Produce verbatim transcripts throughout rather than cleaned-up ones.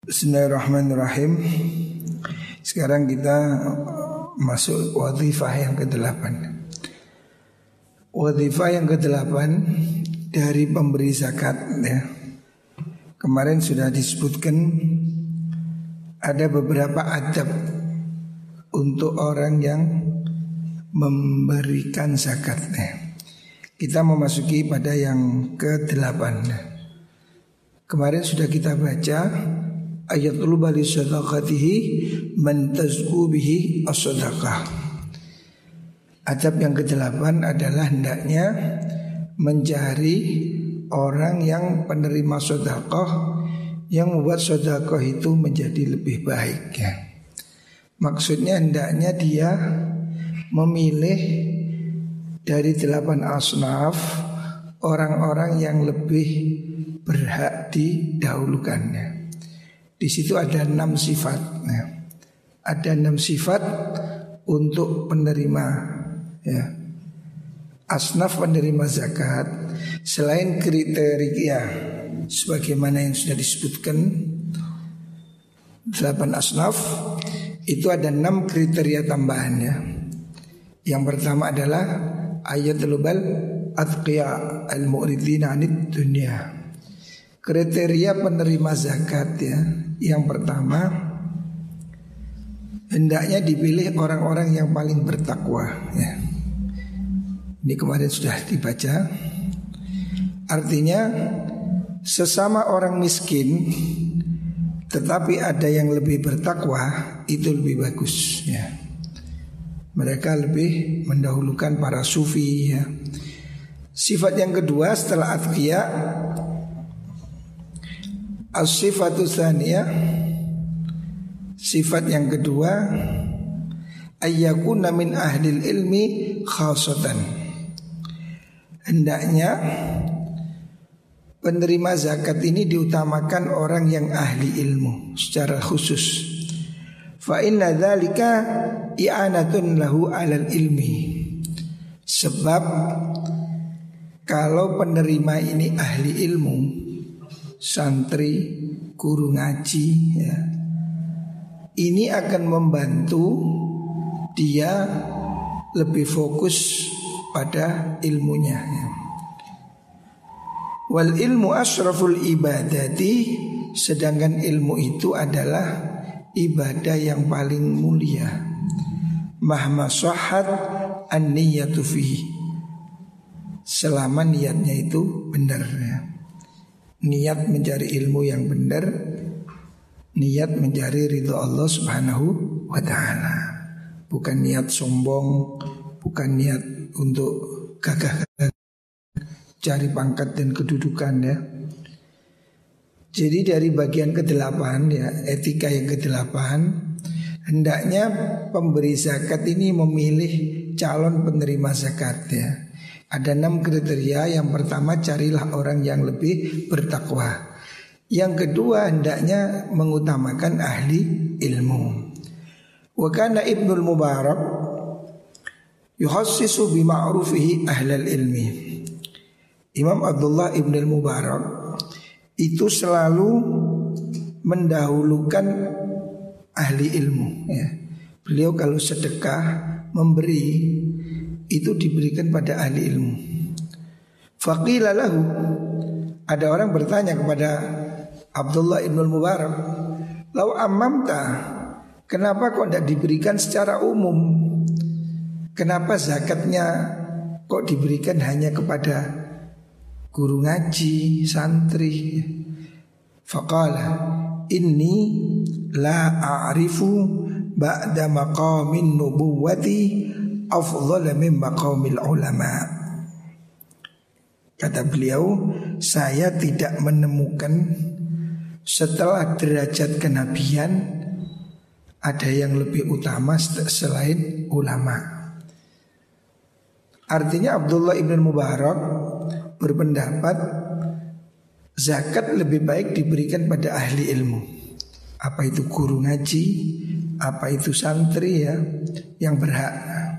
Bismillahirrahmanirrahim. Sekarang kita masuk wadhifah yang kedelapan. Wadhifah yang kedelapan dari pemberi zakat ya. Kemarin sudah disebutkan ada beberapa adab untuk orang yang memberikan zakat ya. Kita memasuki pada yang kedelapan. Kemarin sudah kita baca ayat lubali sadaqatihi man tazku bihi as-sadaqah. Adab yang kedelapan adalah hendaknya mencari orang yang penerima sedekah yang membuat sedekah itu menjadi lebih baik ya. Maksudnya hendaknya dia memilih dari delapan asnaf orang-orang yang lebih berhak didahulukannya. Di situ ada enam sifat. Nah, ada enam sifat untuk penerima ya. Asnaf penerima zakat selain kriteria sebagaimana yang sudah disebutkan delapan asnaf, itu ada enam kriteria tambahannya. Yang pertama adalah ayatul bal atqiya al-mu'ridina 'anid dunya. Kriteria penerima zakat ya. Yang pertama, hendaknya dipilih orang-orang yang paling bertakwa ya. Ini kemarin sudah dibaca. Artinya sesama orang miskin tetapi ada yang lebih bertakwa, itu lebih bagus ya. Mereka lebih mendahulukan para sufi ya. Sifat yang kedua setelah atqiya, as-sifatu tsaniyah, sifat yang kedua ayyakuna min ahlil ilmi khasatan. Hendaknya penerima zakat ini diutamakan orang yang ahli ilmu secara khusus. Fa inna dzalika i'anatun lahu 'alal ilmi. Sebab kalau penerima ini ahli ilmu, santri, guru ngaji ya, ini akan membantu dia lebih fokus pada ilmunya ya. Wal ilmu asraful ibadati, sedangkan ilmu itu adalah ibadah yang paling mulia. Mahma sahhat an-niyatu fihi, selama niatnya itu benar ya. Niat mencari ilmu yang benar, niat mencari ridho Allah subhanahu wa ta'ala. Bukan niat sombong, bukan niat untuk gagah-gagah cari pangkat dan kedudukan ya. Jadi dari bagian kedelapan ya, etika yang kedelapan, hendaknya pemberi zakat ini memilih calon penerima zakat ya. Ada enam kriteria. Yang pertama, carilah orang yang lebih bertakwa. Yang kedua, hendaknya mengutamakan ahli ilmu. Wa kana Ibnul Mubarak yukhassisu bima'rufihi ahlal ilmi. Imam Abdullah Ibnul Mubarak itu selalu mendahulukan ahli ilmu ya. Beliau kalau sedekah memberi itu diberikan pada ahli ilmu. Faqila lahu, ada orang bertanya kepada Abdullah Ibnul Mubarak, lau amamta, kenapa kok tidak diberikan secara umum? Kenapa zakatnya kok diberikan hanya kepada guru ngaji, santri? Faqala inni la a'rifu ba'da maqamin nubuwati afdhala min maqamil ulama. Kata beliau, saya tidak menemukan setelah derajat kenabian ada yang lebih utama selain ulama. Artinya Abdullah Ibn Mubarak berpendapat zakat lebih baik diberikan pada ahli ilmu. Apa itu guru ngaji, apa itu santri ya, yang berhak.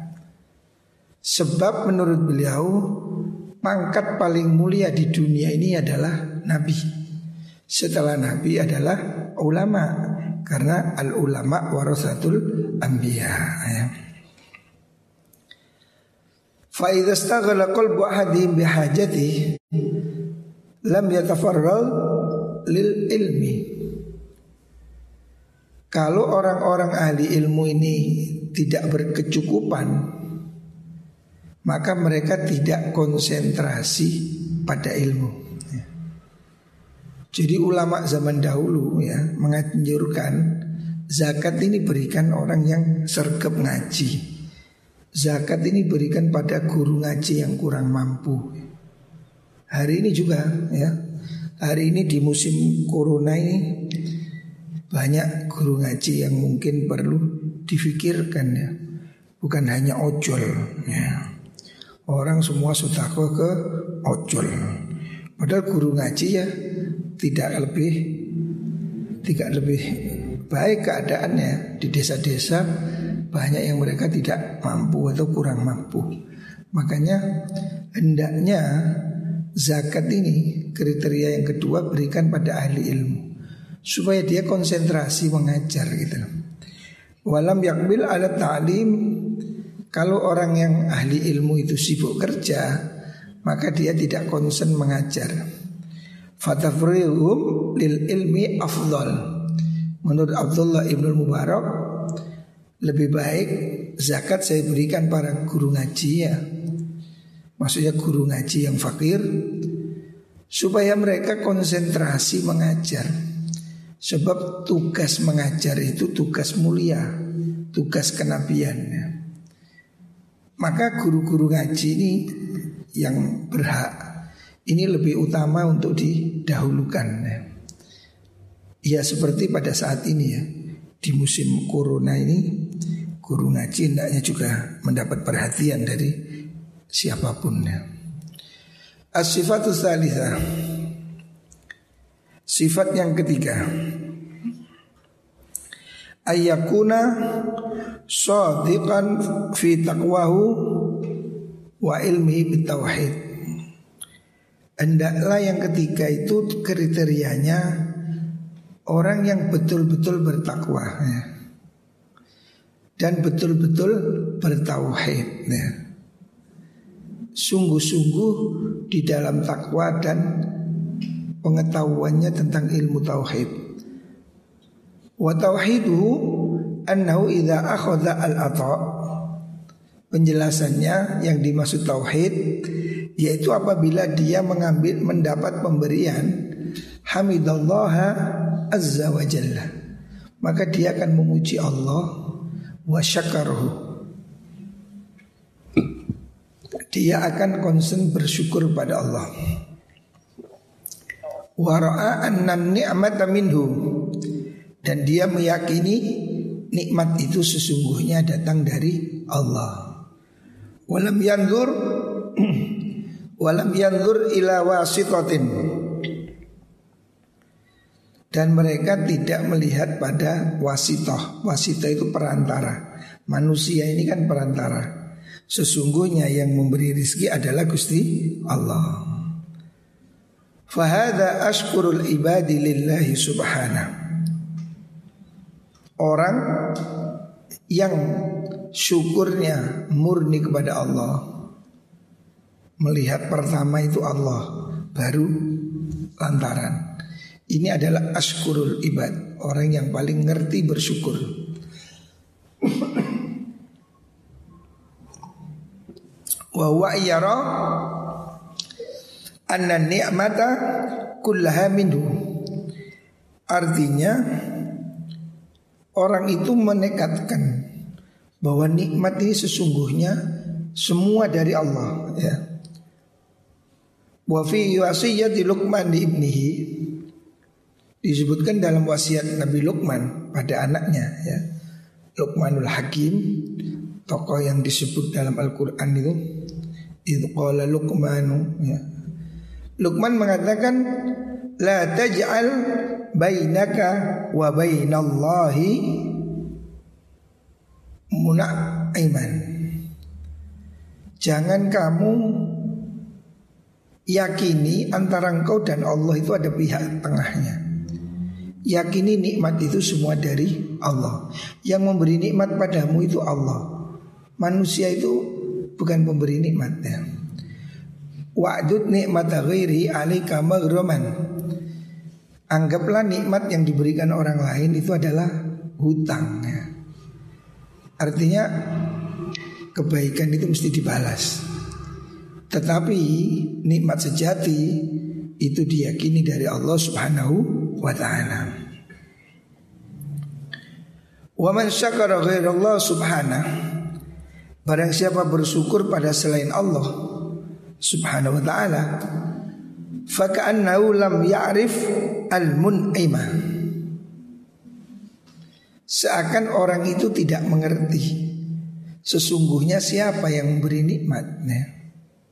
Sebab menurut beliau pangkat paling mulia di dunia ini adalah nabi. setelah Nabi adalah ulama, karena al ulama warasatul anbiya ya. Fa idza istaghala qalbu ahadihim bihajati lam yatafarral lil ilmi. Kalau orang-orang ahli ilmu ini tidak berkecukupan, maka mereka tidak konsentrasi pada ilmu. Jadi ulama zaman dahulu ya menganjurkan zakat ini berikan orang yang sergap ngaji. Zakat ini berikan pada guru ngaji yang kurang mampu. Hari ini juga ya, hari ini di musim corona ini banyak guru ngaji yang mungkin perlu difikirkan ya, bukan hanya ojol ya. Orang semua sedekah ke ojol, padahal guru ngaji ya tidak lebih tidak lebih baik keadaannya. Di desa-desa banyak yang mereka tidak mampu atau kurang mampu. Makanya hendaknya zakat ini kriteria yang kedua berikan pada ahli ilmu, supaya dia konsentrasi mengajar gitu. Walam yakbil ala ta'lim. Kalau orang yang ahli ilmu itu sibuk kerja, maka dia tidak konsen mengajar. Fatafrihum lil ilmi afdal. Menurut Abdullah ibn Mubarak, lebih baik zakat saya berikan para guru ngaji ya, maksudnya guru ngaji yang fakir, supaya mereka konsentrasi mengajar. Sebab tugas mengajar itu tugas mulia, tugas kenabian ya. Maka guru-guru ngaji ini yang berhak, ini lebih utama untuk didahulukan ya. Ya seperti pada saat ini ya, di musim corona ini, guru ngaji hendaknya juga mendapat perhatian dari siapapun ya. As-sifatus tsalitsah. Sifat yang ketiga, ayyakuna shadiqan fi taqwahu wa ilmihi bitauhid. Hendaklah yang ketiga itu kriterianya orang yang betul-betul bertakwa ya, dan betul-betul bertauhid ya. Sungguh-sungguh di dalam takwa dan pengetahuannya tentang ilmu tauhid. Wa tauhiduhu annahu idza akhadha al-ata'. Penjelasannya yang dimaksud tauhid yaitu apabila dia mengambil mendapat pemberian, hamidallaha azza wa jalla, maka dia akan memuji Allah, wa syakarahu, dia akan konsen bersyukur pada Allah, wa ra'a anna ni'mata minhu, dan dia meyakini nikmat itu sesungguhnya datang dari Allah. Walam yanzur walam yanzur ila wasitatin, dan mereka tidak melihat pada wasitah. Wasitah itu perantara. Manusia ini kan perantara. Sesungguhnya yang memberi rizki adalah Gusti Allah. Fahada ashkurul ibadi lillahi subhanahu. Orang yang syukurnya murni kepada Allah, melihat pertama itu Allah, baru lantaran. Ini adalah ashkurul ibad, orang yang paling ngerti bersyukur. Wa huwa yara anna ni'mata kullaha minhu. Artinya orang itu menekatkan bahwa nikmat ini sesungguhnya semua dari Allah ya. Wa fi wasiyyati Luqman li ibnihi, disebutkan dalam wasiat Nabi Luqman pada anaknya ya, Luqmanul Hakim, tokoh yang disebut dalam Al-Quran itu. Idh qala Luqmanu ya. Luqman mengatakan, la taj'al bainaka wa bainallahi munaiman. Jangan kamu yakini antara engkau dan Allah itu ada pihak tengahnya. yakini nikmat itu semua dari Allah. Yang memberi nikmat padamu itu Allah. Manusia itu bukan pemberi nikmatnya. Wa'dud nikmata ghairi alaika maghraman. Anggaplah nikmat yang diberikan orang lain itu adalah hutang ya. Artinya kebaikan itu mesti dibalas. Tetapi nikmat sejati itu diyakini dari Allah Subhanahu wa ta'ala. Wa man syakara ghairallah subhanahu, barang siapa bersyukur pada selain Allah Subhanahu wa ta'ala, fa ka'annahu lam ya'rif al-mun'ima, seakan orang itu tidak mengerti sesungguhnya siapa yang memberi nikmatnya.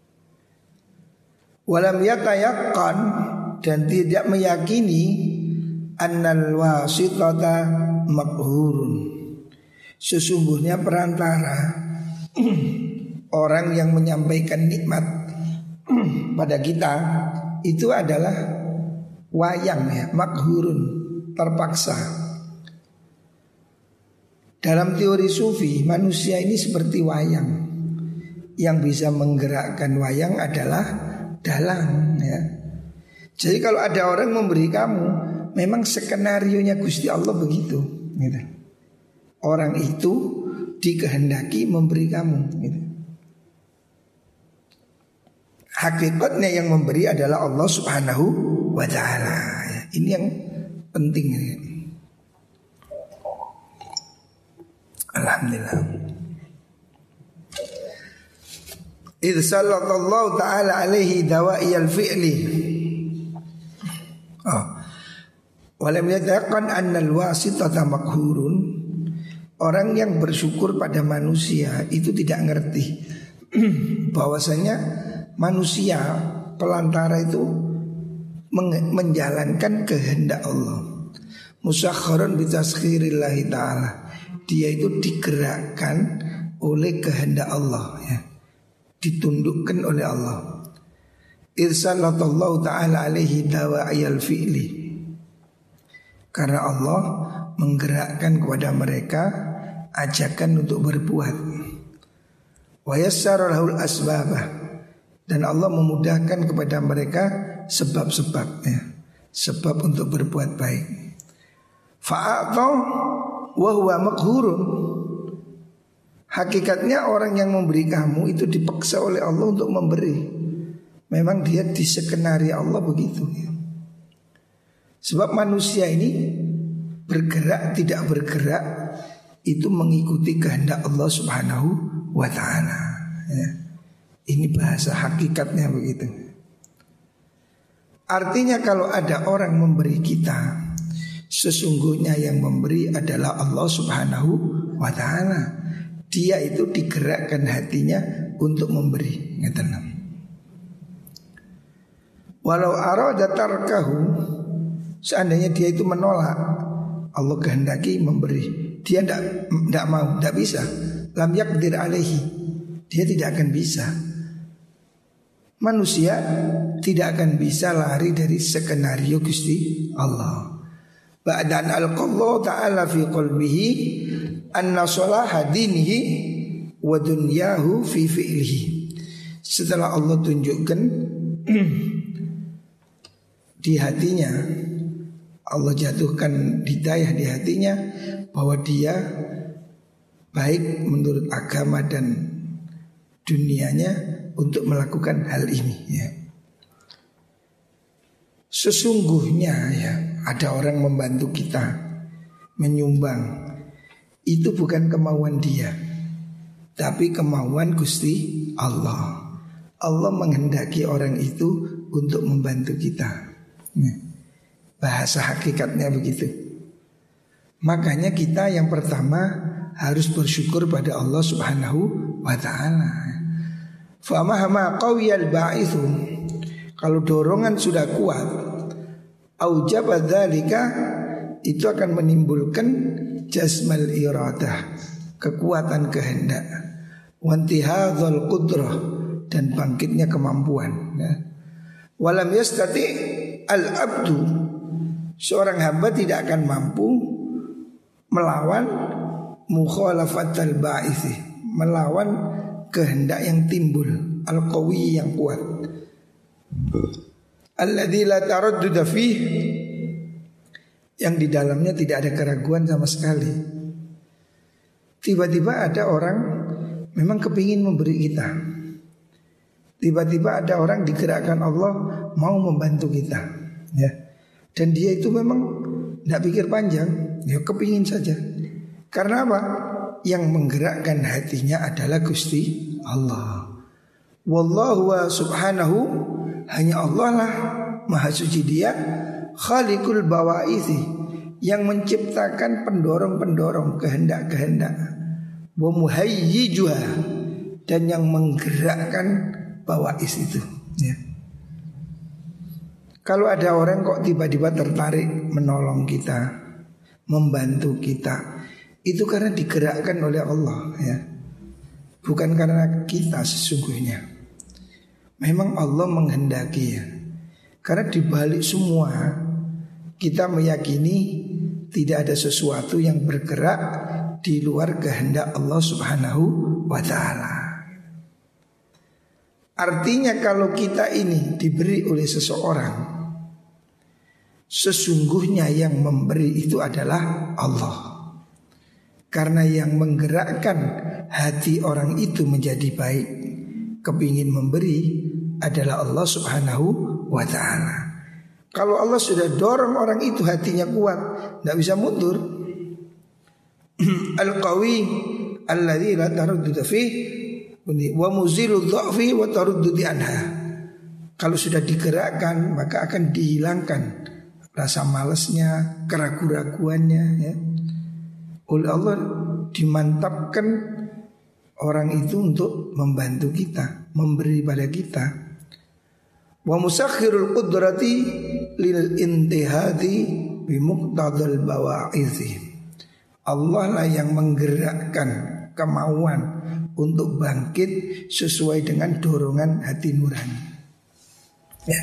Walam yatayaqqan, dan tidak meyakini annal wasitata maghurun, sesungguhnya perantara orang yang menyampaikan nikmat pada kita itu adalah wayang ya, maghurun, terpaksa. Dalam teori sufi, manusia ini seperti wayang. Yang bisa menggerakkan wayang adalah dalang ya. Jadi kalau ada orang memberi kamu, memang skenarionya Gusti Allah begitu gitu. Orang itu dikehendaki memberi kamu gitu. Hakikatnya yang memberi adalah Allah Subhanahu wa ta'ala ya. Ini yang penting ya. Alhamdulillah. Idh sallallahu ta'ala alaihi dawa'iyal fi'li. Oh. Walam yataqan annal wasitata maghurun. Orang yang bersyukur pada manusia itu tidak ngerti bahwasanya manusia pelantara itu menjalankan kehendak Allah. Musakhkharun bi taskhirillahi ta'ala. Dia itu digerakkan oleh kehendak Allah ya. Ditundukkan oleh Allah. Irsalallahu ta'ala alaihi dawa'iyal fi'li, karena Allah menggerakkan kepada mereka ajakan untuk berbuat. Wa yassara lahul asbabah, dan Allah memudahkan kepada mereka sebab-sebabnya, sebab untuk berbuat baik. Fa'ata wa huwa maghurun. Hakikatnya orang yang memberi kamu itu dipaksa oleh Allah untuk memberi. Memang dia diskenari Allah begitu ya. Sebab manusia ini bergerak tidak bergerak itu mengikuti kehendak Allah Subhanahu wa ta'ala ya. Ini bahasa hakikatnya begitu. Artinya kalau ada orang memberi kita, sesungguhnya yang memberi adalah Allah Subhanahu wa ta'ala. Dia itu digerakkan hatinya untuk memberi. Walau arada tarkahu, seandainya dia itu menolak, Allah kehendaki memberi, dia tidak tidak mau, tidak bisa. Lam yaqdir alaihi, dia tidak akan bisa. Manusia tidak akan bisa lari dari skenario Gusti Allah. Ba'dan alqallahu ta'ala fi qalbihi anna salaha dinihi wa dunyahu fi fi'lihi. Setelah Allah tunjukkan di hatinya, Allah jatuhkan hidayah di hatinya bahwa dia baik menurut agama dan dunianya untuk melakukan hal ini ya. Sesungguhnya ya, ada orang membantu kita menyumbang, itu bukan kemauan dia, tapi kemauan Gusti Allah. Allah menghendaki orang itu untuk membantu kita. Bahasa hakikatnya begitu. Makanya kita yang pertama harus bersyukur pada Allah Subhanahu wa ta'ala. Fa mahama qawiyal ba'ithu, kalau dorongan sudah kuat, aujaba dzalika, itu akan menimbulkan jazmal iradah, kekuatan kehendak, wantihadzal qudrah, dan bangkitnya kemampuan ya. Walam yastati al-abdu, Seorang hamba tidak akan mampu melawan mukhalafatal ba'isi, melawan kehendak yang timbul, al-qawi yang kuat, alladzi la taraddud fih, yang di dalamnya tidak ada keraguan sama sekali. Tiba-tiba ada orang memang kepingin memberi kita, tiba-tiba ada orang digerakkan Allah mau membantu kita, ya. Dan dia itu memang tidak pikir panjang, ya kepingin saja. Karena apa? Yang menggerakkan hatinya adalah Gusti Allah. Wallahu wa subhanahu, hanya Allah lah, maha suci dia, khaliqul bawa'ithi, yang menciptakan pendorong-pendorong kehendak-kehendak, wa muhayyijuha, dan yang menggerakkan bawa'is itu, ya. Kalau ada orang kok tiba-tiba tertarik menolong kita, membantu kita, itu karena digerakkan oleh Allah, ya. Bukan karena kita sesungguhnya. Memang Allah menghendaki, ya. Karena dibalik semua kita meyakini tidak ada sesuatu yang bergerak di luar kehendak Allah Subhanahu wa ta'ala. Artinya kalau kita ini diberi oleh seseorang, sesungguhnya yang memberi itu adalah Allah. Karena yang menggerakkan hati orang itu menjadi baik, kepingin memberi, adalah Allah Subhanahu wa ta'ala. Kalau Allah sudah dorong orang itu hatinya kuat, tidak bisa mundur. Al-qawi alladzi la taruddud fihi wa muzilu dha'fi wa taruddudi anha. Kalau sudah digerakkan maka akan dihilangkan rasa malasnya, keraguan-raguannya, ya. Oleh Allah dimantapkan orang itu untuk membantu kita, memberi pada kita. Wa musakhirul qudrati lil intihadi bi muqtadal bawa'izi. Allah lah yang menggerakkan kemauan untuk bangkit sesuai dengan dorongan hati nurani, ya.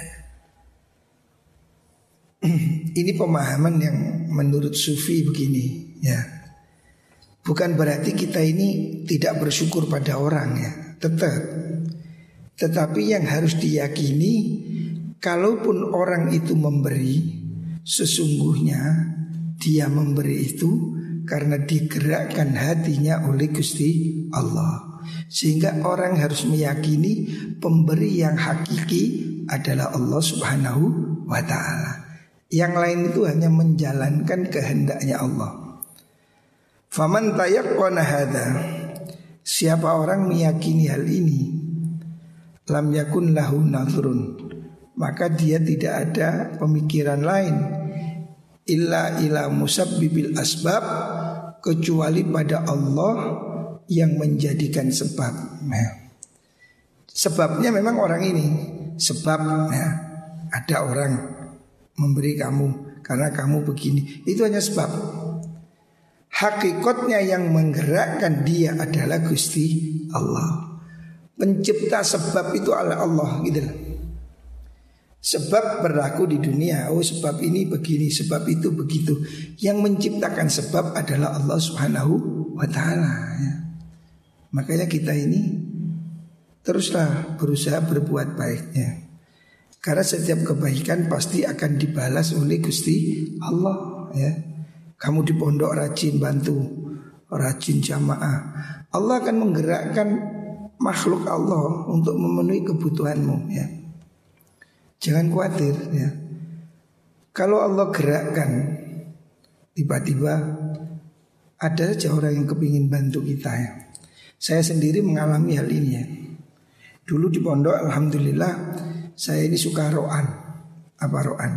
Ini pemahaman yang menurut sufi begini, ya. Bukan berarti kita ini tidak bersyukur pada orang, ya. Tetap. Tetapi yang harus diyakini, kalaupun orang itu memberi, sesungguhnya dia memberi itu karena digerakkan hatinya oleh Gusti Allah. Sehingga orang harus meyakini pemberi yang hakiki adalah Allah Subhanahu wa ta'ala. Yang lain itu hanya menjalankan kehendaknya Allah. Faman tayaqqana hadza, siapa orang meyakini hal ini, lam yakun lahu nadhrun, maka dia tidak ada pemikiran lain illa ila musabbibil asbab, kecuali pada Allah yang menjadikan sebab. Nah, sebabnya memang orang ini, sebab, ya, ada orang memberi kamu karena kamu begini, itu hanya sebab. Hakikatnya yang menggerakkan dia adalah Gusti Allah. Pencipta sebab itu adalah Allah, gitu. Sebab berlaku di dunia, oh sebab ini begini, sebab itu begitu. Yang menciptakan sebab adalah Allah Subhanahu wa ta'ala, ya. Makanya kita ini teruslah berusaha berbuat baik, ya. Karena setiap kebaikan pasti akan dibalas oleh Gusti Allah, ya. Kamu di pondok rajin bantu, rajin jamaah, Allah akan menggerakkan makhluk Allah untuk memenuhi kebutuhanmu, ya. Jangan khawatir, ya. Kalau Allah gerakkan, tiba-tiba ada saja orang yang kepingin bantu kita, ya. Saya sendiri mengalami hal ini, ya. Dulu di pondok alhamdulillah saya ini suka ro'an. Apa ro'an?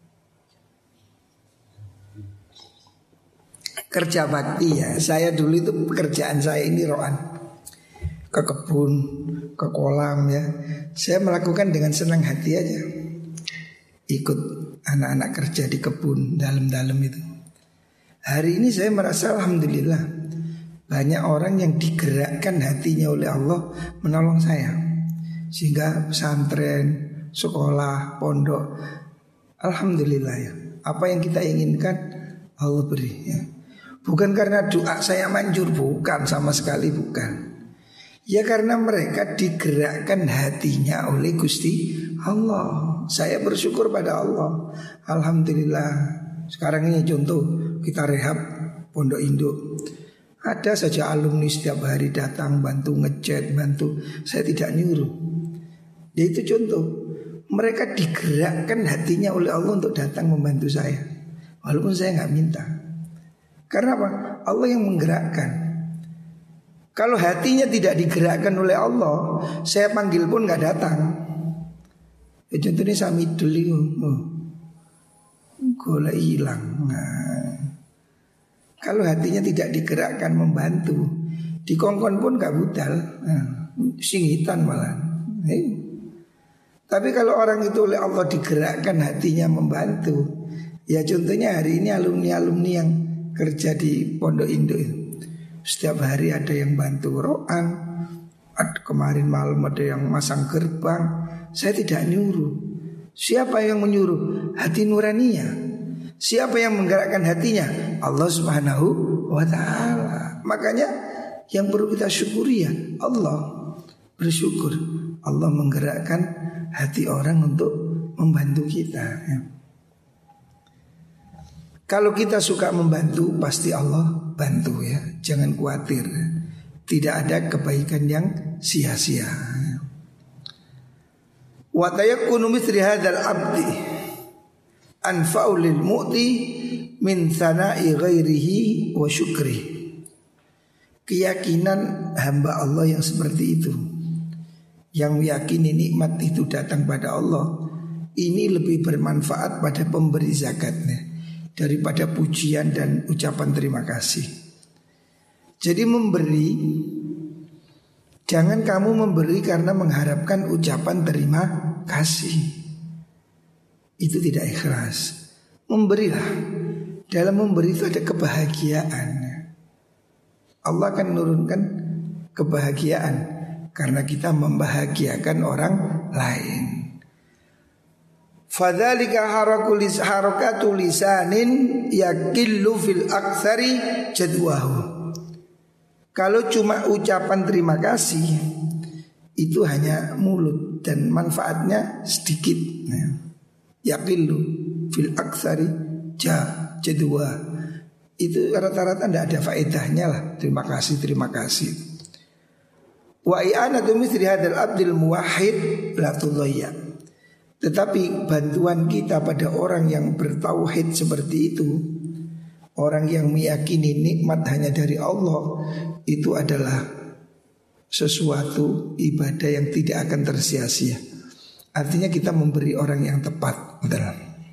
Kerja bakti, ya. Saya dulu itu pekerjaan saya ini ro'an. Ke kebun, ke kolam, ya. Saya melakukan dengan senang hati aja. Ikut anak-anak kerja di kebun dalam-dalam itu. Hari ini saya merasa alhamdulillah banyak orang yang digerakkan hatinya oleh Allah menolong saya. Sehingga pesantren, sekolah, pondok, alhamdulillah, ya. Apa yang kita inginkan Allah beri ya. Bukan karena doa saya manjur, bukan, sama sekali bukan. Ya karena mereka digerakkan hatinya oleh Gusti Allah. Saya bersyukur pada Allah. Alhamdulillah. Sekarang ini contoh, kita rehab Pondok Induk. Ada saja alumni setiap hari datang bantu ngechat, bantu. Saya tidak nyuruh. Ya itu contoh. Mereka digerakkan hatinya oleh Allah untuk datang membantu saya, walaupun saya nggak minta. Karena apa? Allah yang menggerakkan. Kalau hatinya tidak digerakkan oleh Allah, saya panggil pun nggak datang. Ya, contohnya Samidul itu, oh, golek hilang. Nah, kalau hatinya tidak digerakkan membantu, dikongkon pun nggak budal, nah, singitan malah. Hey. Tapi kalau orang itu oleh Allah digerakkan hatinya membantu, ya contohnya hari ini alumni-alumni yang kerja di Pondok Induk, setiap hari ada yang bantu roan. Kemarin malam ada yang masang gerbang. Saya tidak nyuruh. Siapa yang menyuruh? Hati nuraninya. Siapa yang menggerakkan hatinya? Allah Subhanahu wa ta'ala. Makanya yang perlu kita syukuri ya Allah. Bersyukur Allah menggerakkan hati orang untuk membantu kita ya. Kalau kita suka membantu, pasti Allah bantu ya. Jangan khawatir. Tidak ada kebaikan yang sia-sia. Wa tayakkunu mithli hadzal abdi anfa'u lil mu'ti min sana'i ghairihi wa syukri. Keyakinan hamba Allah yang seperti itu, yang meyakini nikmat itu datang pada Allah, ini lebih bermanfaat pada pemberi zakatnya daripada pujian dan ucapan terima kasih. Jadi memberi, jangan kamu memberi karena mengharapkan ucapan terima kasih. Itu tidak ikhlas. Memberilah. Dalam memberi itu ada kebahagiaan. Allah akan menurunkan kebahagiaan karena kita membahagiakan orang lain. Fadzalika harakulis harakatu lisanin yakillu fil aktsari jadwahu. Kalau cuma ucapan terima kasih itu hanya mulut dan manfaatnya sedikit. Yakillu fil aktsari jadwa. Itu rata-rata tidak ada faedahnya lah. Terima kasih, terima kasih. Wa i'anatu mithli hadzal abdil muwahhid la tudayya. Tetapi bantuan kita pada orang yang bertauhid seperti itu, orang yang meyakini nikmat hanya dari Allah, itu adalah sesuatu ibadah yang tidak akan tersia-sia. Artinya kita memberi orang yang tepat. Betul.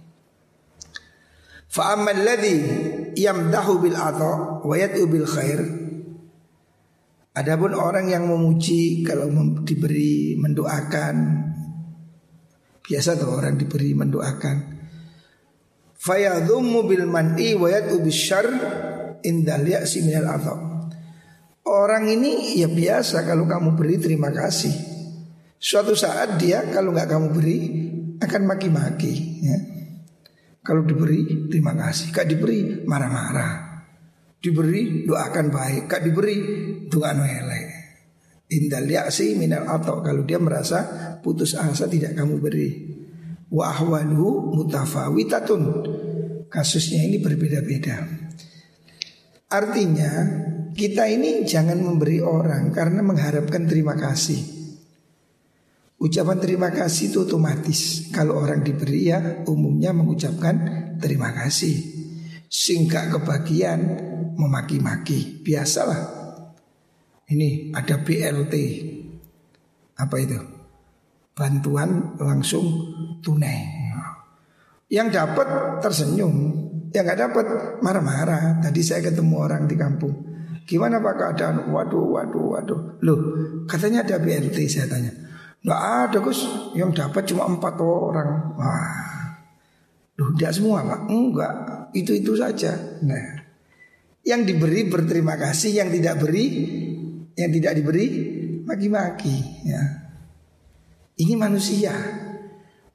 Fa ammal ladzi yamdahu bil ata wa yad'u bil khair. Adapun orang yang memuji kalau diberi, mendoakan, biasa tuh orang diberi mendoakan. Fayadhummu bil man'i wa yad'u bisyarr indal ya'si minal ata. Orang ini ya biasa kalau kamu beri terima kasih. Suatu saat dia kalau nggak kamu beri akan maki-maki ya. Kalau diberi terima kasih, gak diberi marah-marah. Diberi doakan baik, gak diberi doa elek. Indal ya'si minal ata, kalau dia merasa putus asa tidak kamu beri. Wa ahwaluhu mutafawitatun, kasusnya ini berbeda-beda. Artinya kita ini jangan memberi orang karena mengharapkan terima kasih. Ucapan terima kasih itu otomatis. Kalau orang diberi ya umumnya mengucapkan terima kasih. Singkat kebagian memaki-maki, biasalah. Ini ada B L T. Apa itu? Bantuan langsung tunai. Yang dapat tersenyum, yang nggak dapat marah-marah. Tadi saya ketemu orang di kampung. Gimana Pak keadaan? Waduh, waduh, waduh. Loh, katanya ada B L T, saya tanya. Nggak ada Gus, yang dapat cuma empat orang. Wah, loh tidak semua Pak? Enggak, itu-itu saja. Nah, yang diberi berterima kasih, yang tidak beri, yang tidak diberi maki-maki ya. Ini manusia.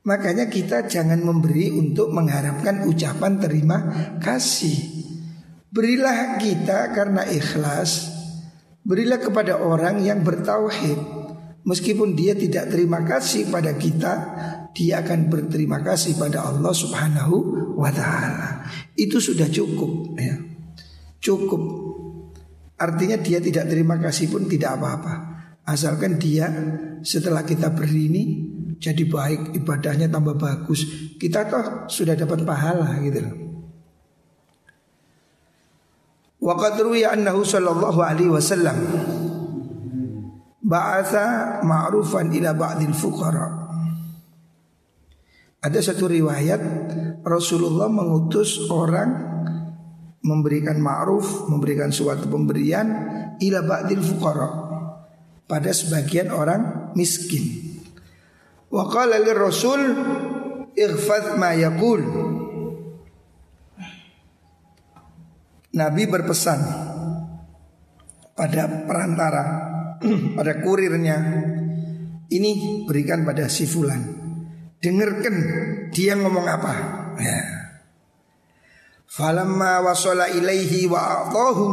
Makanya kita jangan memberi untuk mengharapkan ucapan terima kasih. Berilah kita karena ikhlas. Berilah kepada orang yang bertauhid. Meskipun dia tidak terima kasih pada kita, dia akan berterima kasih pada Allah Subhanahu wa ta'ala. Itu sudah cukup ya. Cukup. Artinya dia tidak terima kasih pun tidak apa-apa, asalkan dia setelah kita beri ini jadi baik, ibadahnya tambah bagus, kita toh sudah dapat pahala gitu loh. Wa qad ruwiya annahu sallallahu alaihi wasallam ba'atha ma'rufan ila ba'dil fuqara. Ada satu riwayat Rasulullah mengutus orang memberikan ma'ruf, memberikan suatu pemberian ila ba'dil fuqara, pada sebagian orang miskin. Wa qala lir rasul ighfadh ma yaqul. Nabi berpesan pada perantara, pada kurirnya, ini berikan pada si fulan, dengarkan dia ngomong apa ya. Falamma wasala ilaihi wa a'tahu,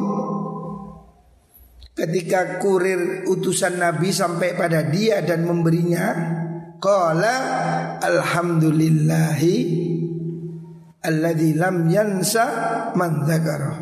ketika kurir utusan Nabi sampai pada dia dan memberinya, qala alhamdulillahi alladzi lam yansa man dzakara.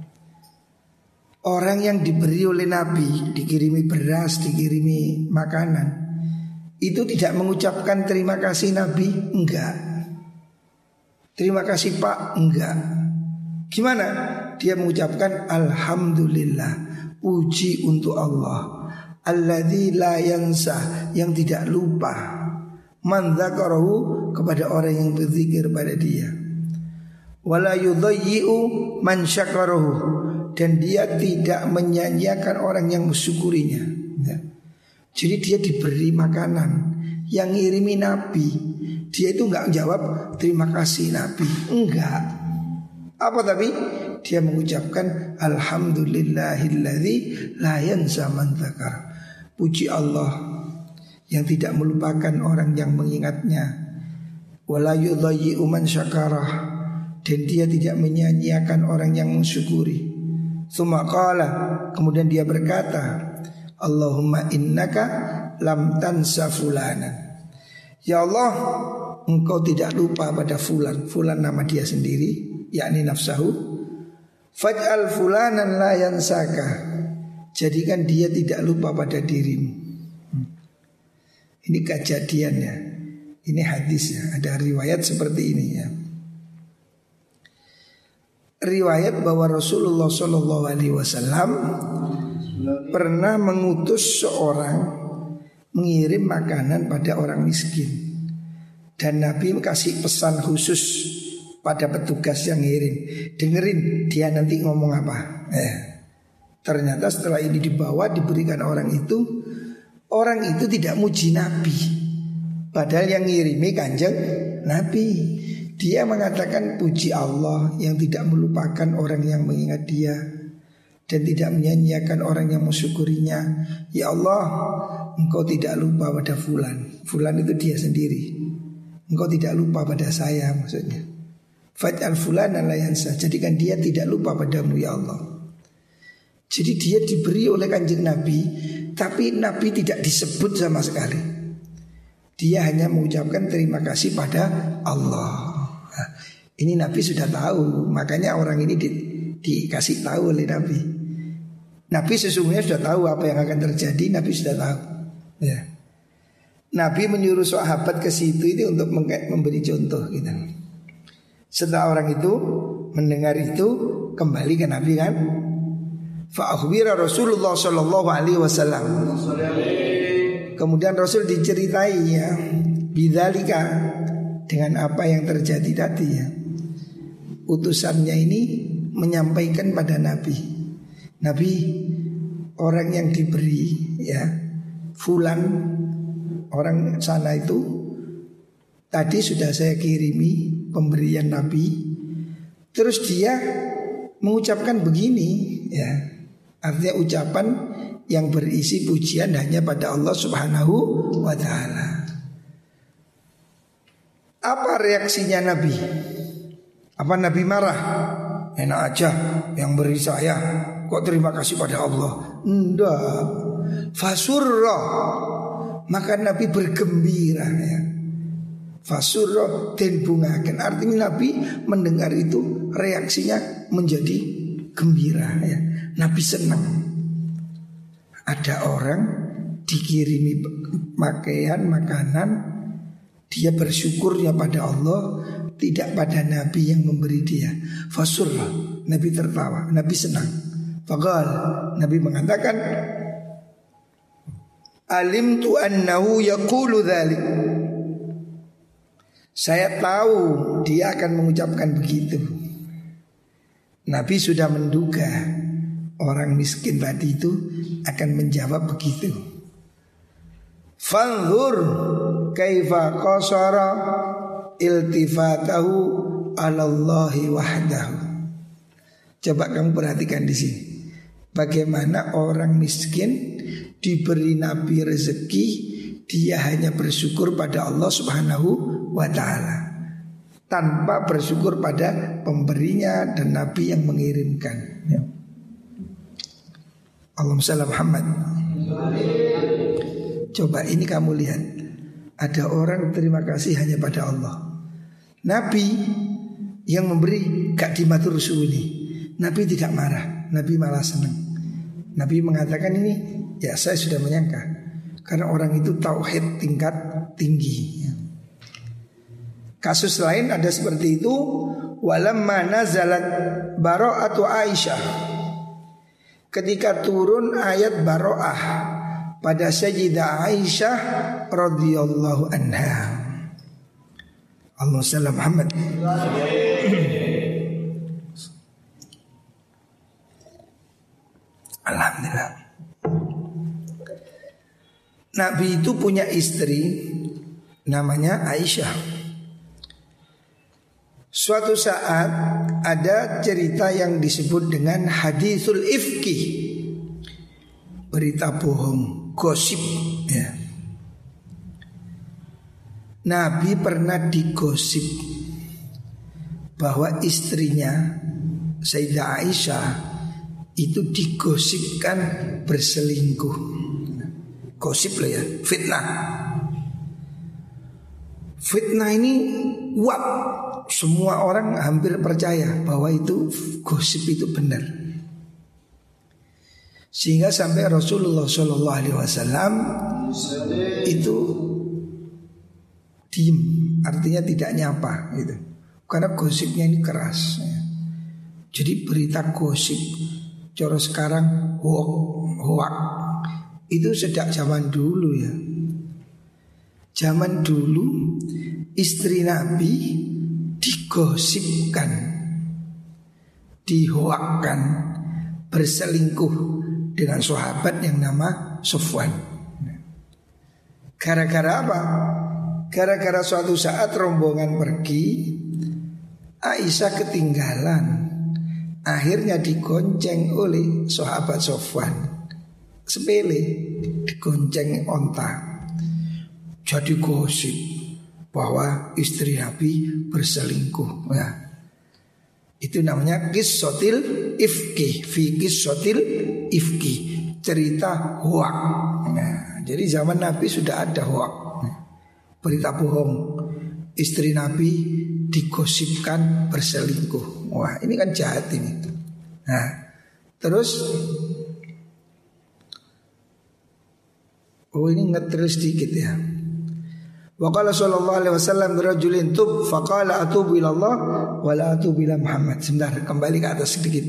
Orang yang diberi oleh Nabi, dikirimi beras, dikirimi makanan, itu tidak mengucapkan terima kasih Nabi, enggak. Terima kasih Pak, enggak. Gimana? Dia mengucapkan alhamdulillah, puji untuk Allah, alladzi la yansa, yang tidak lupa, man dzakarahu, kepada orang yang berzikir pada dia, wala yudayyi'u man syakarahu, dan dia tidak menyanyiakan orang yang mensyukurinya ya. Jadi dia diberi makanan, yang ngirimi Nabi, dia itu enggak jawab terima kasih Nabi, enggak. Apa tapi? Dia mengucapkan alhamdulillahilladzi la yansa man dzakar. Puji Allah yang tidak melupakan orang yang mengingatnya. Wala yudayyi'u man syakarah, dan dia tidak menyanyiakan orang yang mensyukuri. Tsumma qala, kemudian dia berkata, Allahumma innaka lam tansa fulanan. Ya Allah, engkau tidak lupa pada fulan. Fulan nama dia sendiri, yakni nafsahu. Faj'al fulanan la yansaka, jadikan dia tidak lupa pada dirimu. Ini kejadiannya, ini hadisnya, ada riwayat seperti ini ya. Riwayat bahwa Rasulullah shallallahu alaihi wasallam pernah mengutus seorang mengirim makanan pada orang miskin, dan Nabi kasih pesan khusus pada petugas yang ngirim, dengerin dia nanti ngomong apa. Eh, ternyata setelah ini dibawa diberikan orang itu, orang itu tidak muji Nabi, padahal yang ngirimi kanjeng Nabi. Dia mengatakan puji Allah yang tidak melupakan orang yang mengingat dia, dan tidak menyanyiakan orang yang mensyukurinya. Ya Allah, engkau tidak lupa pada fulan. Fulan itu dia sendiri. Engkau tidak lupa pada saya, maksudnya. Faj'al fulanan la yansa, jadikan dia tidak lupa padamu ya Allah. Jadi dia diberi oleh kanjeng Nabi, tapi Nabi tidak disebut sama sekali. Dia hanya mengucapkan terima kasih pada Allah. Nah, ini Nabi sudah tahu, makanya orang ini di, dikasih tahu oleh Nabi. Nabi sesungguhnya sudah tahu apa yang akan terjadi, Nabi sudah tahu ya. Nabi menyuruh sahabat ke situ itu untuk memberi contoh gitu. Setelah orang itu mendengar itu, kembali ke Nabi kan. Fa akhbira Rasulullah sallallahu alaihi wasallam. Kemudian Rasul diceritai ya, bidzalika, dengan apa yang terjadi tadi ya. Utusannya ini menyampaikan pada Nabi, Nabi, orang yang diberi ya, fulan, orang sana itu tadi sudah saya kirimi pemberian Nabi, terus dia mengucapkan begini ya. Artinya ucapan yang berisi pujian hanya pada Allah Subhanahu wa ta'ala. Apa reaksinya Nabi? Apa Nabi marah? Enak aja yang beri saya, kok terima kasih pada Allah? Enggak. Fasurra, maka Nabi bergembira ya. Fasurra den bungaken, artinya Nabi mendengar itu reaksinya menjadi gembira ya. Nabi senang. Ada orang dikirimi pakaian, makanan, dia bersyukurnya pada Allah, tidak pada Nabi yang memberi dia. Fasurra, Nabi tertawa, Nabi senang. Faqal, Nabi mengatakan, alimtu annahu yaqulu dzalik. Saya tahu dia akan mengucapkan begitu. Nabi sudah menduga orang miskin tadi itu akan menjawab begitu. Fanzur kaifa qasara iltifatahu ala Allahi wahdahu. Coba kamu perhatikan di sini. Bagaimana orang miskin diberi Nabi rezeki, dia hanya bersyukur pada Allah Subhanahu wa ta'ala, tanpa bersyukur pada pemberinya dan Nabi yang mengirimkan ya. Allahumma shalli Muhammad. Coba ini kamu lihat, ada orang terima kasih hanya pada Allah. Nabi yang memberi gak dimatur suuni, Nabi tidak marah, Nabi malah senang. Nabi mengatakan ini, ya saya sudah menyangka, karena orang itu tauhid tingkat tinggi. Kasus lain ada seperti itu. Walamma nazalat bara'atu Aisyah, ketika turun ayat bara'ah pada Sayyidah Aisyah radhiyallahu anha. Allahumma shalli Muhammad. Alhamdulillah. Nabi itu punya istri namanya Aisyah. Suatu saat ada cerita yang disebut dengan haditsul ifki, berita bohong, gosip ya. Nabi pernah digosip bahwa istrinya Sayyidah Aisyah itu digosipkan berselingkuh. Gosip lah ya, fitnah. Fitnah ini wap, semua orang hampir percaya bahwa itu gosip itu benar. Sehingga sampai Rasulullah Shallallahu Alaihi Wasallam itu diem, artinya tidak nyapa gitu. Karena gosipnya ini keras ya. Jadi berita gosip, cara sekarang hoak, hoak itu sejak zaman dulu ya. Zaman dulu istri Nabi digosipkan, dihoakkan berselingkuh dengan sahabat yang nama Sofwan. Gara-gara apa? Gara-gara suatu saat rombongan pergi, Aisyah ketinggalan, akhirnya digonceng oleh sahabat Sofwan. Sepele, digonceng onta. Jadi gosip bahwa istri Nabi berselingkuh ya. Itu namanya qissatil ifki, fi qissatil ifki, cerita hoak. Nah, jadi zaman Nabi sudah ada hoak, berita bohong, istri Nabi digosipkan berselingkuh. Wah, ini kan jahat ini. Nah, terus oh ini ngetril sedikit ya. Wa qala sallallahu alaihi wasallam rajulin tub faqala atubu ila Allah wa la atubu ila Muhammad. Sebentar, kembali ke atas sedikit.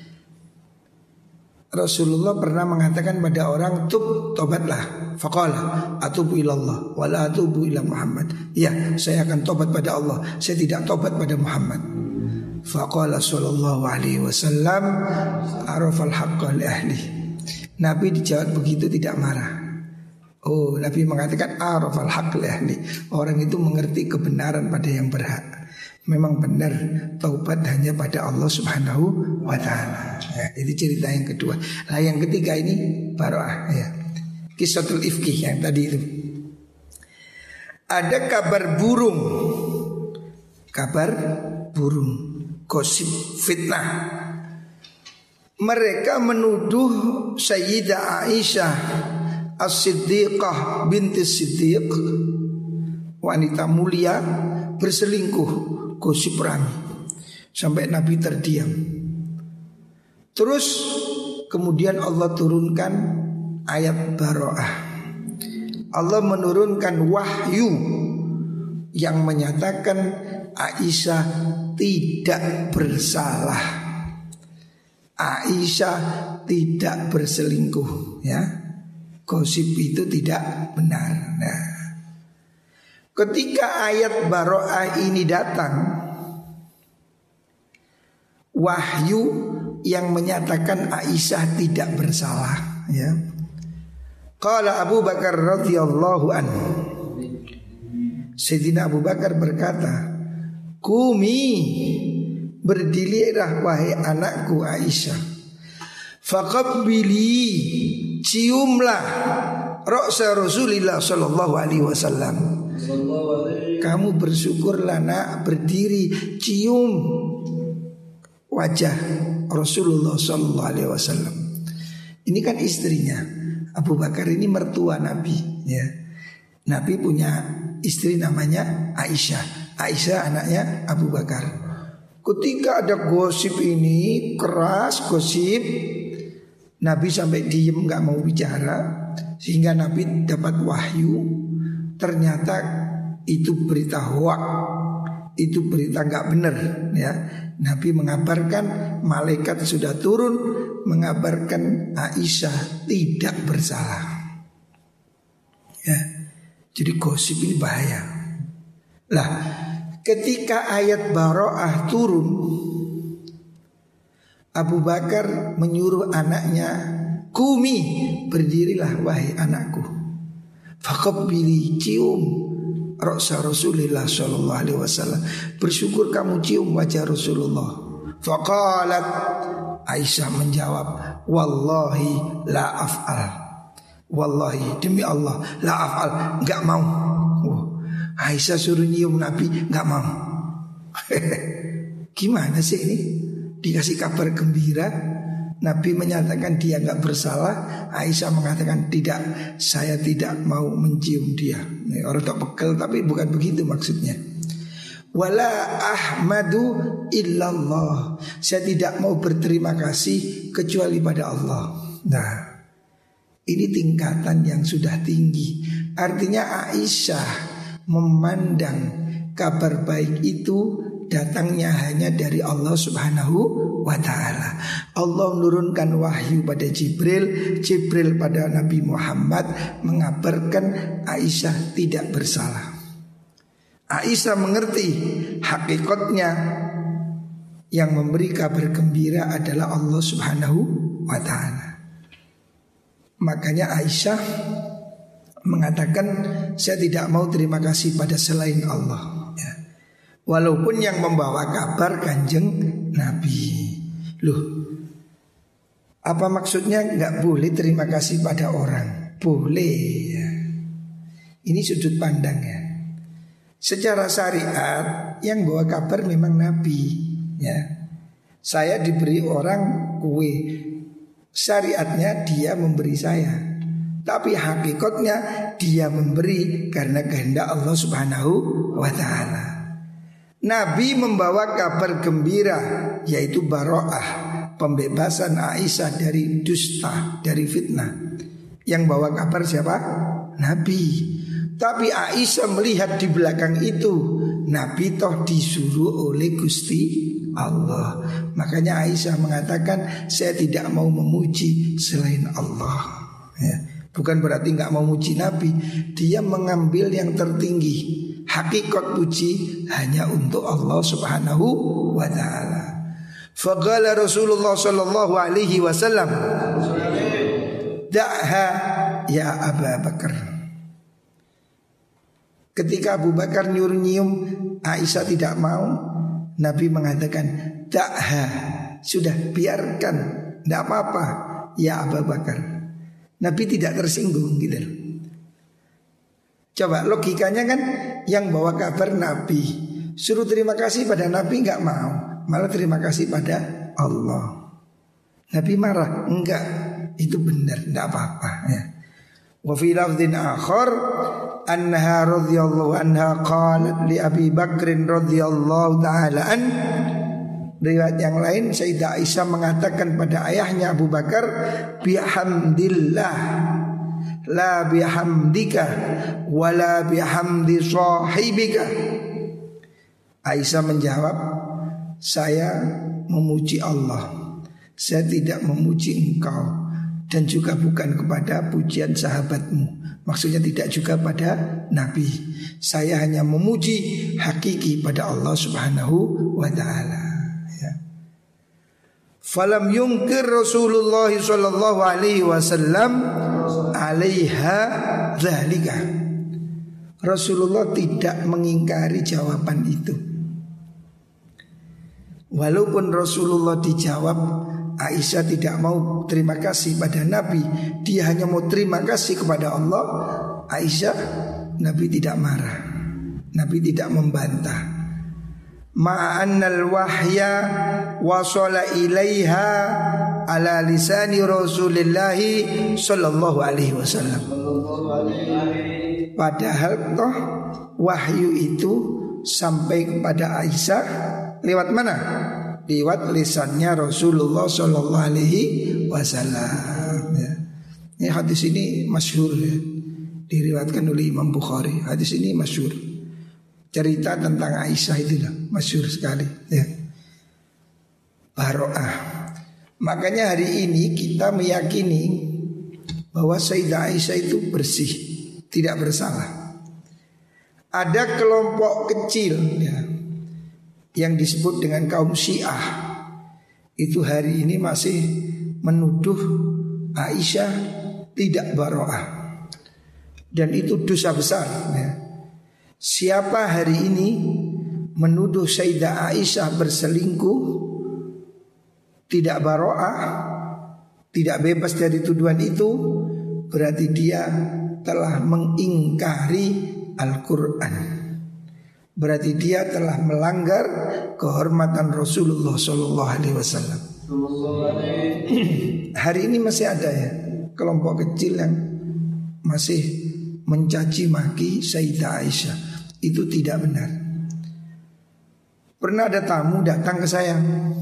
Rasulullah pernah mengatakan pada orang, tub, tobatlah. Faqala atubu ila Allah wa la atubu ila Muhammad. Ya, saya akan tobat pada Allah, saya tidak tobat pada Muhammad. Faqala sallallahu alaihi wasallam arafal haqqa li ahli. Nabi dijawab begitu tidak marah. Oh, Nabi mengatakan arafal haqq li ahli. Orang itu mengerti kebenaran pada yang berhak. Memang benar taubat hanya pada Allah Subhanahu wa taala. Ya, itu cerita yang kedua. Nah, yang ketiga ini baroah ya. Qissatul ifki yang tadi itu. Ada kabar burung kabar burung, gosip, fitnah. Mereka menuduh Sayyidah Aisyah As-Siddiqah binti Siddiq, wanita mulia, berselingkuh, gosip rame sampai Nabi terdiam. Terus kemudian Allah turunkan ayat Baro'ah. Allah menurunkan wahyu yang menyatakan Aisyah tidak bersalah, Aisyah tidak berselingkuh, ya. Gosip itu tidak benar. Nah, ketika ayat Baro'ah ini datang, wahyu yang menyatakan Aisyah tidak bersalah, ya. Qala Abu Bakar radhiyallahu anhu, Sayyidina Abu Bakar berkata, "Kumi, berdirilah wahai anakku Aisyah, faqabbili, ciumlah ra'sa Rasulillah sallallahu alaihi wasallam." Kamu bersyukurlah nak, berdiri cium wajah Rasulullah sallallahu alaihi wasallam. Ini kan istrinya. Abu Bakar ini mertua Nabi, ya. Nabi punya istri namanya Aisyah. Aisyah anaknya Abu Bakar. Ketika ada gosip ini, keras gosip, Nabi sampai diem gak mau bicara. Sehingga Nabi dapat wahyu, ternyata itu berita hoak, itu berita gak benar, ya. Nabi mengabarkan malaikat sudah turun, mengabarkan Aisyah tidak bersalah, ya. Jadi gosip ini bahaya. Lah, ketika ayat Baro'ah turun, Abu Bakar menyuruh anaknya, "Kumi, berdirilah wahai anakku, faqabbili, cium ra'sa Rasulillah sallallahu alaihi wasallam, bersyukur kamu cium wajah Rasulullah." Faqalat, Aisyah menjawab, "Wallahi la af'al." Wallahi, demi Allah, la af'al, enggak mau. Wah, Aisyah suruh nyium Nabi, enggak mau. Gimana sih ini? Dikasih kabar gembira, Nabi menyatakan dia enggak bersalah, Aisyah mengatakan tidak, saya tidak mau mencium dia. Orang tak pekel, tapi bukan begitu maksudnya. Wala ahmadu illallah, saya tidak mau berterima kasih kecuali pada Allah. Nah, ini tingkatan yang sudah tinggi. Artinya Aisyah memandang kabar baik itu datangnya hanya dari Allah subhanahu wa ta'ala. Allah menurunkan wahyu pada Jibril, Jibril pada Nabi Muhammad mengabarkan Aisyah tidak bersalah. Aisyah mengerti hakikatnya yang memberi kabar gembira adalah Allah subhanahu wa ta'ala. Makanya Aisyah mengatakan, saya tidak mau terima kasih pada selain Allah, ya. Walaupun yang membawa kabar Kanjeng Nabi. Loh, apa maksudnya nggak boleh terima kasih pada orang? Boleh, ya. Ini sudut pandang, ya. Secara syariat yang bawa kabar memang Nabi, ya. Saya diberi orang kue, syariatnya dia memberi saya, tapi hakikatnya dia memberi karena kehendak Allah subhanahu wa ta'ala. Nabi membawa kabar gembira, yaitu Baro'ah, pembebasan Aisyah dari dusta, dari fitnah. Yang bawa kabar siapa? Nabi. Tapi Aisyah melihat di belakang itu, Nabi toh disuruh oleh Gusti Allah. Makanya Aisyah mengatakan, saya tidak mau memuji selain Allah, ya. Bukan berarti nggak mau muji Nabi, dia mengambil yang tertinggi. Hakikat puji hanya untuk Allah subhanahu wa ta'ala. Faqala Rasulullah sallallahu alaihi wasallam, da'ha ya Abu Bakar. Ketika Abu Bakar nyuruh nyium, Aisyah tidak mau, Nabi mengatakan, da'ha, sudah biarkan, tidak apa-apa ya Abu Bakar. Nabi tidak tersinggung gitu. Coba logikanya kan, yang bawa kabar Nabi, Suruh terima kasih pada Nabi enggak mau, malah terima kasih pada Allah. Nabi marah, enggak, itu benar, enggak apa-apa ya. Wa fi lafdhin akhar anha radhiyallahu anha qalat li Abi Bakrin radhiyallahu ta'ala an. Riwayat yang lain Sayyidah Aisyah mengatakan pada ayahnya Abu Bakar, bihamdillah la bihamdika wala bihamdi sahibika. Aisyah menjawab, saya memuji Allah, saya tidak memuji engkau, dan juga bukan kepada pujian sahabatmu. Maksudnya tidak juga pada Nabi. Saya hanya memuji hakiki pada Allah subhanahu wa ta'ala ya. Falam yungkir Rasulullah sallallahu alaihi wasallam alaiha dzalika. Rasulullah tidak mengingkari jawaban itu. Walaupun Rasulullah dijawab Aisyah tidak mau terima kasih pada Nabi, dia hanya mau terima kasih kepada Allah. Aisyah, Nabi tidak marah, Nabi tidak membantah. Ma'annal wahya wasala ilaiha ala lisani Rasulillahi sallallahu alaihi wasallam. Padahal toh wahyu itu sampai kepada Aisyah lewat mana? Lewat lisannya Rasulullah sallallahu alaihi wasallam ya. Ini hadis ini masyhur ya, diriwayatkan oleh Imam Bukhari. Hadis ini masyhur. Cerita tentang Aisyah itulah masyhur sekali ya. Baro'ah. Makanya hari ini kita meyakini bahwa Sayyidah Aisyah itu bersih, tidak bersalah. Ada kelompok kecil ya, yang disebut dengan kaum Syiah, itu hari ini masih menuduh Aisyah tidak baro'ah, dan itu dosa besar ya. Siapa hari ini menuduh Sayyidah Aisyah berselingkuh, tidak baro'ah, tidak bebas dari tuduhan itu, berarti dia telah mengingkari Al-Quran. Berarti dia telah melanggar kehormatan Rasulullah sallallahu alaihi wasallam. Hari ini masih ada ya kelompok kecil yang masih mencaci maki Sayyidah Aisyah. Itu tidak benar. Pernah ada tamu datang ke saya,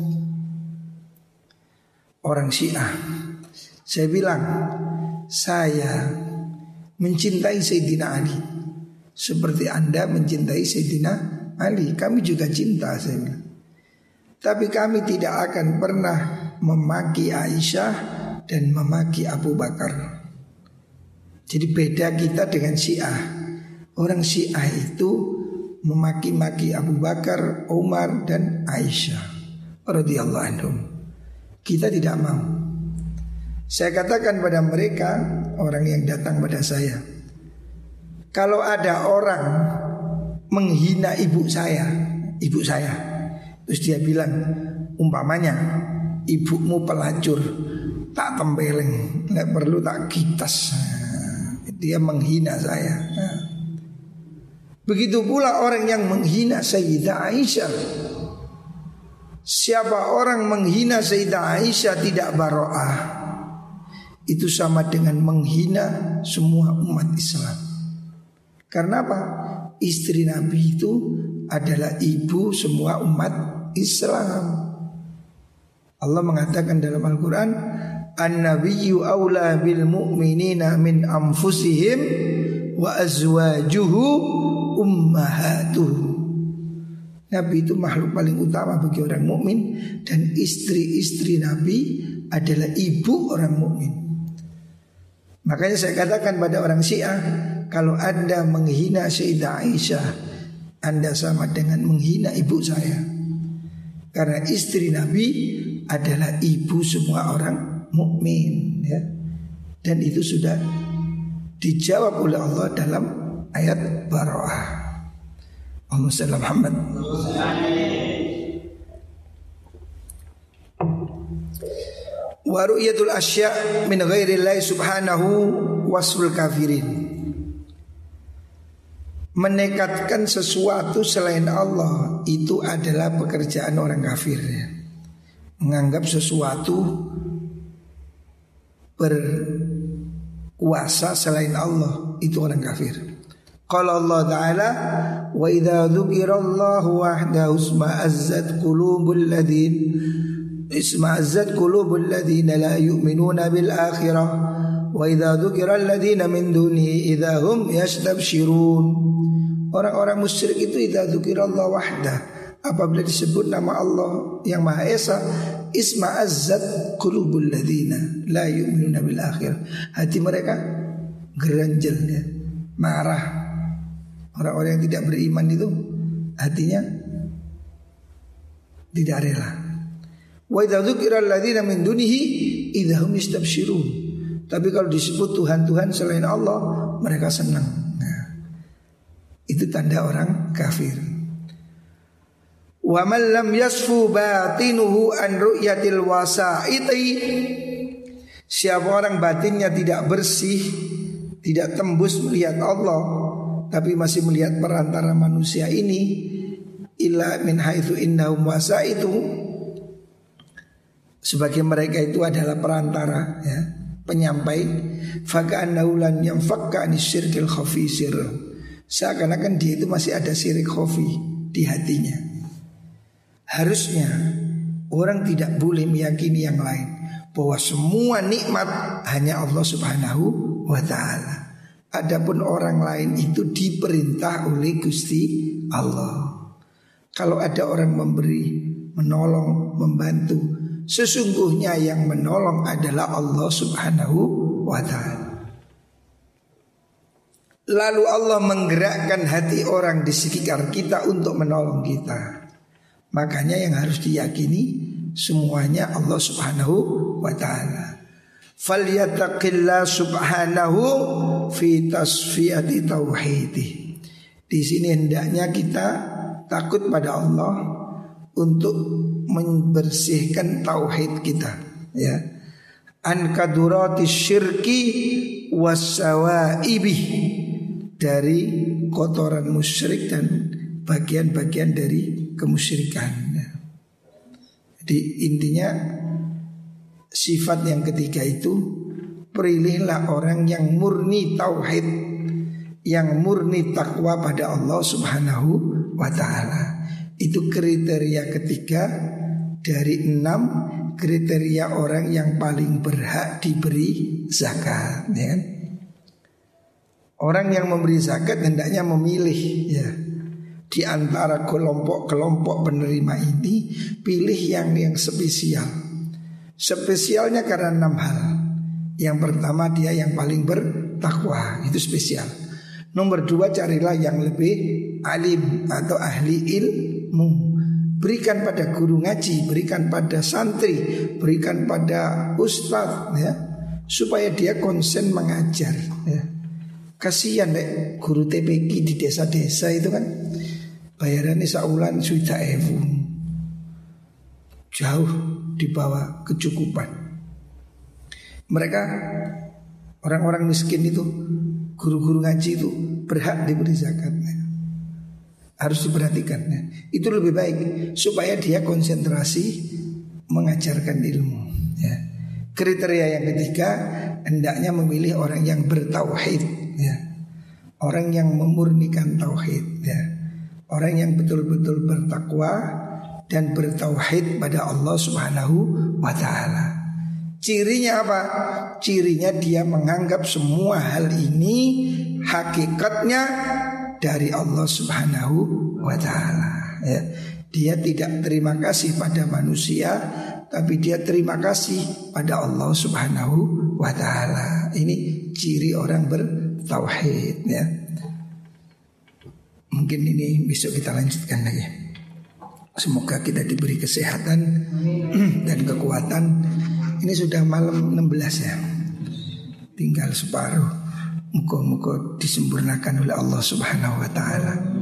orang Syiah. Saya bilang, saya mencintai Sayyidina Ali seperti Anda mencintai Sayyidina Ali. Kami juga cinta, saya bilang. Tapi kami tidak akan pernah memaki Aisyah dan memaki Abu Bakar. Jadi beda kita dengan Syiah. Orang Syiah itu memaki-maki Abu Bakar, Umar dan Aisyah radhiyallahu anhum. Kita tidak mau. Saya katakan pada mereka, orang yang datang pada saya, kalau ada orang menghina ibu saya, ibu saya, terus dia bilang, umpamanya ibumu pelacur, tak tempeleng, nggak perlu tak gitas, dia menghina saya. Begitu pula orang yang menghina Sayyidah Aisyah. Siapa orang menghina Sayyidah Aisyah tidak baro'ah, itu sama dengan menghina semua umat Islam. Karena apa? Istri Nabi itu adalah ibu semua umat Islam. Allah mengatakan dalam Al-Quran, An-nabiyyu awla bil mu'minina min anfusihim wa azwajuhu ummahatuhu. Nabi itu makhluk paling utama bagi orang mukmin, dan istri-istri Nabi adalah ibu orang mukmin. Makanya saya katakan pada orang Syiah, kalau Anda menghina Sayyidah Aisyah, Anda sama dengan menghina ibu saya. Karena istri Nabi adalah ibu semua orang mukmin ya. Dan itu sudah dijawab oleh Allah dalam ayat Baro'ah. Allahumma shalli ala Muhammad. Wa ru'yatul asya' min ghairillahi subhanahu wasful kafirin. menekatkan sesuatu selain Allah itu adalah pekerjaan orang kafir ya. Menganggap sesuatu berkuasa selain Allah itu orang kafir. Qala Allah Ta'ala wa idza dzukirallahu wahdahu isma'azzat qulubul ladzin isma'azzat qulubul ladzina la yu'minuna bil akhirah wa idza dzukiral ladzina min dunihi idza hum yastabshirun. Orang-orang musyrik itu idza dzukirallahu wahdah, apabila disebut nama Allah yang Maha Esa, isma'azzat qulubul ladzina la yu'minuna bil akhirah, hati mereka geranjel ya, marah. Orang-orang yang tidak beriman itu hatinya tidak rela. Wa idza dzukiral ladzina min dunihi idza hum yastabshirun. Tapi kalau disebut Tuhan-Tuhan selain Allah, mereka senang. Nah, itu tanda orang kafir. Wa man lam yasfu batinuhu an ru'yatil wasaiti, siapa orang batinnya tidak bersih, tidak tembus melihat Allah, tapi masih melihat perantara manusia ini, illa min haitsu innahum wasaitu, sebagai mereka itu adalah perantara ya, penyampai, faka'annahu lan yanfakka anisyirkil khafi sirr, seakan-akan dia itu masih ada syirik khafi di hatinya. Harusnya orang tidak boleh meyakini yang lain, bahwa semua nikmat hanya Allah Subhanahu wa ta'ala. Adapun orang lain itu diperintah oleh Gusti Allah. Kalau ada orang memberi, menolong, membantu, sesungguhnya yang menolong adalah Allah Subhanahu wa ta'ala. Lalu Allah menggerakkan hati orang di sekitar kita untuk menolong kita. Makanya yang harus diyakini semuanya Allah Subhanahu wa ta'ala. Falyattaqillah subhanahu fi tasfiyati tauhidi. Di sini hendaknya kita takut pada Allah untuk membersihkan tauhid kita ya. An kadurati syirki wasawaibih, dari kotoran musyrik dan bagian-bagian dari kemusyrikan. Jadi intinya sifat yang ketiga itu, pilihlah orang yang murni tauhid, yang murni takwa pada Allah Subhanahu wa ta'ala. Itu kriteria ketiga dari enam kriteria orang yang paling berhak diberi zakat ya kan? Orang yang memberi zakat hendaknya memilih ya, di antara kelompok-kelompok penerima ini, pilih yang yang spesial. Spesialnya karena enam hal. Yang pertama, dia yang paling bertakwa, itu spesial. Nomor dua, carilah yang lebih alim atau ahli ilmu. Berikan pada guru ngaji, berikan pada santri, berikan pada ustadz ya, supaya dia konsen mengajar ya. Kasihan deh guru T P Q di desa-desa itu kan bayarannya saulan sudah ewu, jauh di bawah kecukupan. Mereka orang-orang miskin itu, guru-guru ngaji itu berhak diberi zakatnya, harus diperhatikan ya. Itu lebih baik supaya dia konsentrasi mengajarkan ilmu ya. Kriteria yang ketiga, hendaknya memilih orang yang bertauhid ya, orang yang memurnikan tauhid ya, orang yang betul-betul bertakwa dan bertauhid pada Allah Subhanahu wa ta'ala. Cirinya apa? Cirinya dia menganggap semua hal ini hakikatnya dari Allah Subhanahu wa ta'ala ya. Dia tidak terima kasih pada manusia, tapi dia terima kasih pada Allah Subhanahu wa ta'ala. Ini ciri orang bertauhid ya. Mungkin ini besok kita lanjutkan lagi. Semoga kita diberi kesehatan dan kekuatan. Ini sudah malam enam belas ya, tinggal separuh. Muka-muka disempurnakan oleh Allah Subhanahu wa ta'ala.